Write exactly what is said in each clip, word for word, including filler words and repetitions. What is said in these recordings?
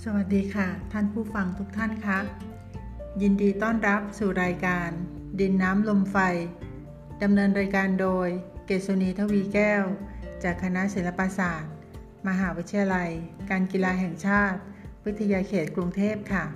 สวัสดีค่ะท่านผู้ฟังทุกท่านคะยินดีต้อนรับสู่รายการดินน้ำลมไฟดำเนินรายการโดยเกษุณีทวีแก้วจากคณะศิลปศาสตร์มหาวิทยาลัยการกีฬาแห่งชาติวิทยาเขตกรุงเทพค่ะ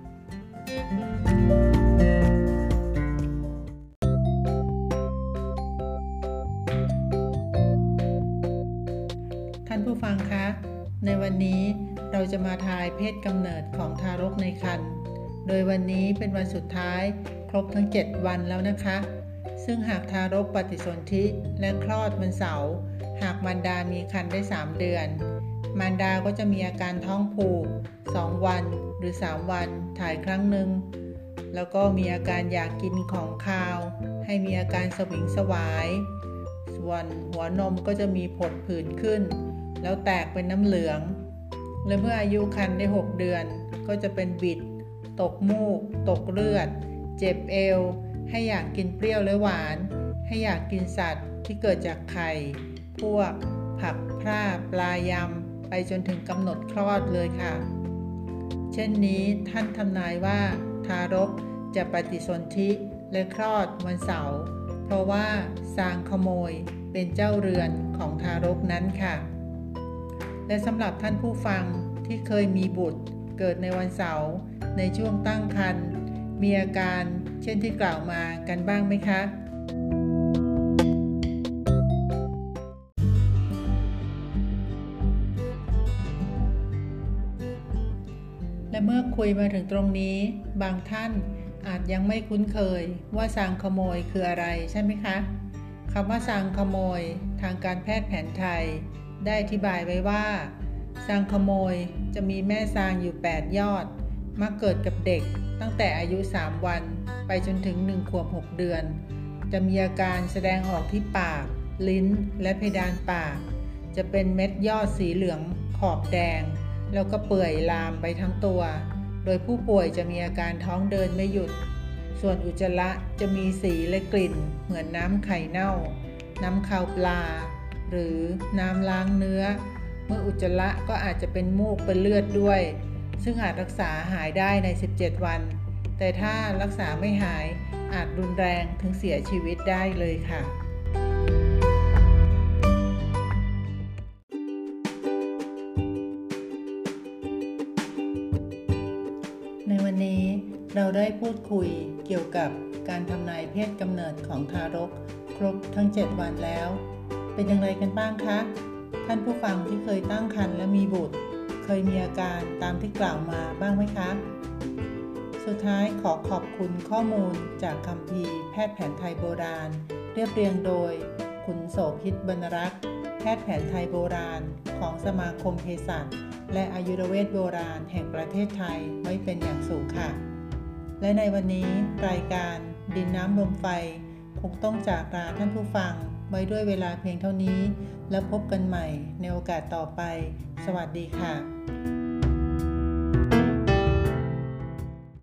ท่านผู้ฟังคะในวันนี้เราจะมาทายเพศกำเนิดของทารกในครรภ์โดยวันนี้เป็นวันสุดท้ายครบทั้งเจ็ดวันแล้วนะคะซึ่งหากทารกปฏิสนธิและคลอดวันเสาร์หากมารดามีครรภ์ได้สามเดือนมารดาก็จะมีอาการท้องผูกสองวันหรือสามวันถ่ายครั้งหนึ่งแล้วก็มีอาการอยากกินของคาวให้มีอาการสวิงสวายส่วนหัวนมก็จะมีผดผื่นขึ้นแล้วแตกเป็นน้ำเหลืองและเมื่ออายุครรภ์ได้หกเดือนก็จะเป็นบิดตกมูกตกเลือดเจ็บเอวให้อยากกินเปรี้ยวและหวานให้อยากกินสัตว์ที่เกิดจากไข่พวกผักพร่าปลายำไปจนถึงกำหนดคลอดเลยค่ะเช่นนี้ท่านทำนายว่าทารกจะปฏิสนธิและคลอดวันเสาร์เพราะว่าซางขโมยเป็นเจ้าเรือนของทารกนั้นค่ะและสำหรับท่านผู้ฟังที่เคยมีบุตรเกิดในวันเสาร์ในช่วงตั้งครรภ์มีอาการเช่นที่กล่าวมากันบ้างไหมคะและเมื่อคุยมาถึงตรงนี้บางท่านอาจยังไม่คุ้นเคยว่าซางขโมยคืออะไรใช่ไหมคะคำว่าซางขโมยทางการแพทย์แผนไทยได้อธิบายไว้ว่าซางขโมยจะมีแม่ซางอยู่แปดยอดมักเกิดกับเด็กตั้งแต่อายุสามวันไปจนถึงหนึ่งขวบหกเดือนจะมีอาการแสดงออกที่ปากลิ้นและเพดานปากจะเป็นเม็ดยอดสีเหลืองขอบแดงแล้วก็เปื่อยลามไปทั้งตัวโดยผู้ป่วยจะมีอาการท้องเดินไม่หยุดส่วนอุจจาระจะมีสีและกลิ่นเหมือนน้ำไข่เน่าน้ำคาวปลาหรือน้ำล้างเนื้อเมื่ออุจจาระก็อาจจะเป็นมูกเป็นเลือดด้วยซึ่งอาจรักษาหายได้ในสิบเจ็ดวันแต่ถ้ารักษาไม่หายอาจรุนแรงถึงเสียชีวิตได้เลยค่ะในวันนี้เราได้พูดคุยเกี่ยวกับการทำนายเพศกำเนิดของทารกครบทั้งเจ็ดวันแล้วเป็นอย่างไรกันบ้างคะท่านผู้ฟังที่เคยตั้งครรภ์และมีบุตรเคยมีอาการตามที่กล่าวมาบ้างไหมคะสุดท้ายขอขอบคุณข้อมูลจากคัมภีร์แพทย์แผนไทยโบราณเรียบเรียงโดยคุณโสภิตบรรณรักษ์แพทย์แผนไทยโบราณของสมาคมเภสัชและอายุรเวชโบราณแห่งประเทศไทยไว้เป็นอย่างสูงค่ะและในวันนี้รายการดินน้ำลมไฟคงต้องจากลาท่านผู้ฟังไว้ด้วยเวลาเพียงเท่านี้แล้วพบกันใหม่ในโอกาสต่อไปสวัสดีค่ะ